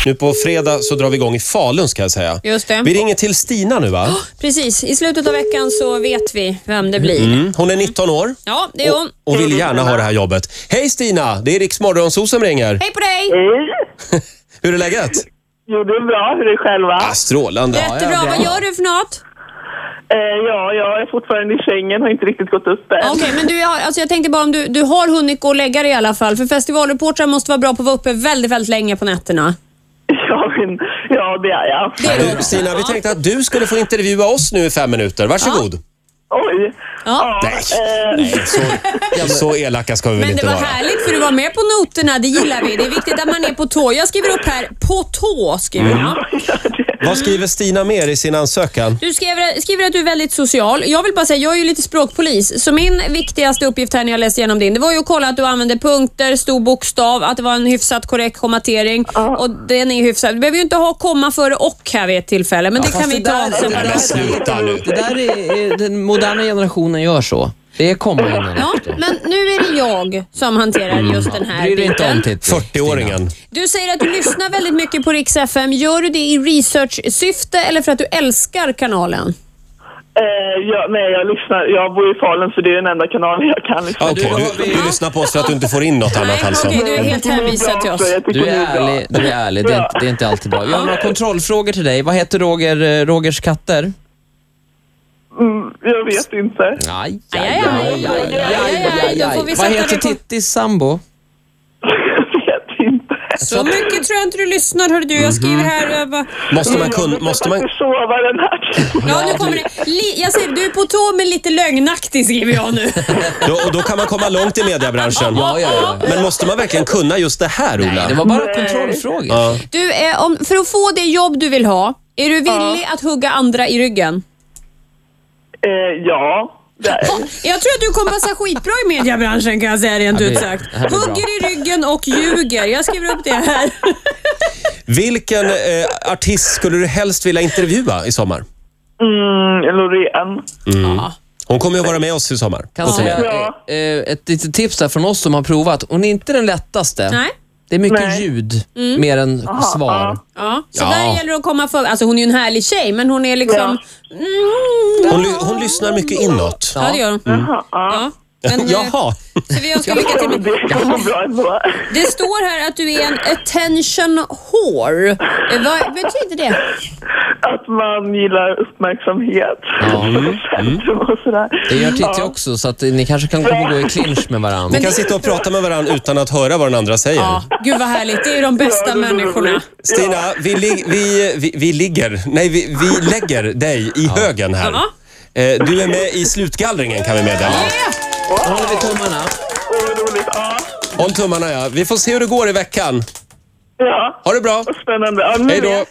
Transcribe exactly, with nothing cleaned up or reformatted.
Nu på fredag så drar vi igång i Falun, ska jag säga. Just det. Vi ringer till Stina nu, va? Oh, precis, i slutet av veckan så vet vi vem det blir. Mm. Hon är nitton år. Ja, det är hon. Och, och vill gärna ha det här jobbet. Hej Stina, det är Riks Morgonzoo som ringer. Hej på dig! Hej. Hur är läget? Jo, det är bra. Hur är det själva? Ah, strålande. Jättebra, vad gör du för något? Eh, ja, jag är fortfarande i sängen. Har inte riktigt gått upp än. Okej, okay, men du, har, alltså jag tänkte bara om du, du har hunnit gå och lägga dig i alla fall. För festivalreportrar måste vara bra på att vara uppe väldigt, väldigt länge på nätterna. Ja, men, ja det är jag. Det är Du, Stina, vi tänkte att du skulle få intervjua oss nu i fem minuter. Varsågod. Ja. Oj. Ja. Nej, eh, nej så, så elaka ska vi väl Men inte det var vara. härligt för du var med på noterna, det gillar vi. Det är viktigt att man är på tå. Jag skriver upp här, på tå skriver jag. Mm. Vad skriver Stina mer i sin ansökan? Du skriver, skriver att du är väldigt social. Jag vill bara säga, jag är ju lite språkpolis. Så min viktigaste uppgift här när jag läste igenom din, det var ju att kolla att du använde punkter, stor bokstav, att det var en hyfsat korrekt kommatering. Ja. Och den är hyfsat. Du behöver ju inte ha komma före och här vid ett tillfälle, men det kan vi ta där, sen. det, där, Men sluta nu. det där är, den moderna generationen gör så. Det är komma innan. Ja, men nu är det jag som hanterar just den här Bryr dig inte om biten. Titti. fyrtioåringen. Du säger att du lyssnar väldigt mycket på Riks F M. Gör du det i research-syfte eller för att du älskar kanalen? eh, ja, nej, jag lyssnar. Jag bor i Falun, så det är den enda kanalen jag kan lyssna Okej, på. du, du lyssnar på oss för att du inte får in något annat Nej, alltså. okej, du är helt hänvisad till oss. Jag tycker Du det är bra. ärlig, du är ärlig. Det, är inte, det är inte alltid bra. Vi har några kontrollfrågor till dig. Vad heter Roger, Rogers katter? Mm, jag vet inte. Aj, Aj, aj, aj, aj, aj, aj, då får vi Vad sätta heter det på- Tittis sambo? Jag vet inte. Så mycket tror jag inte du lyssnar, hörru du. Jag skriver här... Jag bara... Måste man kunna... Jag Måste man... sova den här tiden. Ja, nu kommer det. Li- jag säger, du är på tå men lite lögnaktig, skriver jag nu. Då, och då kan man komma långt i mediebranschen. Ja, ja, ja. Men måste man verkligen kunna just det här, Ola? Nej, det var bara kontrollfrågor. Ja. Du, eh, om, för att få det jobb du vill ha, är du villig att hugga andra i ryggen? Eh, ja, det är. Ha, jag tror att du kommer passa skitbra i mediebranschen, kan jag säga rent Ja, det- ut sagt. det här blir bra. Hugger i ryggen och ljuger. Jag skriver upp det här. Vilken eh, artist skulle du helst vilja intervjua i sommar? Mm, Loreen. Ja. Hon kommer ju att vara med oss i sommar. Kan säga, Ja. eh, eh, ett litet tips där från oss som har provat. Hon är inte den lättaste. Nej. Det är mycket Nej. ljud, mer än svar. Ja, så Ja. där gäller det att komma för. Alltså hon är ju en härlig tjej, men hon är liksom... Mm, Hon, ly- hon lyssnar mycket inåt. ja, det gör hon. Jaha, ja. Ja. Men, eh, Jaha. Så vi önskar lycka till med... Det är så bra ändå. Det står här att du är en attention whore. Eh, Vad betyder det? Att man gillar uppmärksamhet. Ja. Centrum och sådär. Det gör Titti Ja. också, så att ni kanske kan komma och gå i clinch med varandra. Ni kan sitta och prata med varandra utan att höra vad den andra säger. Ja, gud vad härligt. Det är ju de bästa Ja, det är människorna. roligt. Stina, vi, li- vi, vi, vi ligger... Nej, vi, vi lägger dig i högen här. Ja. Eh, Du är med i slutgallringen, kan vi meddela. Då håller vi tummarna. Åh, vad roligt. Ja. Håll tummarna, ja. Vi får se hur det går i veckan. Ja. Ha det bra. Spännande. Ja, nu Hej då. vet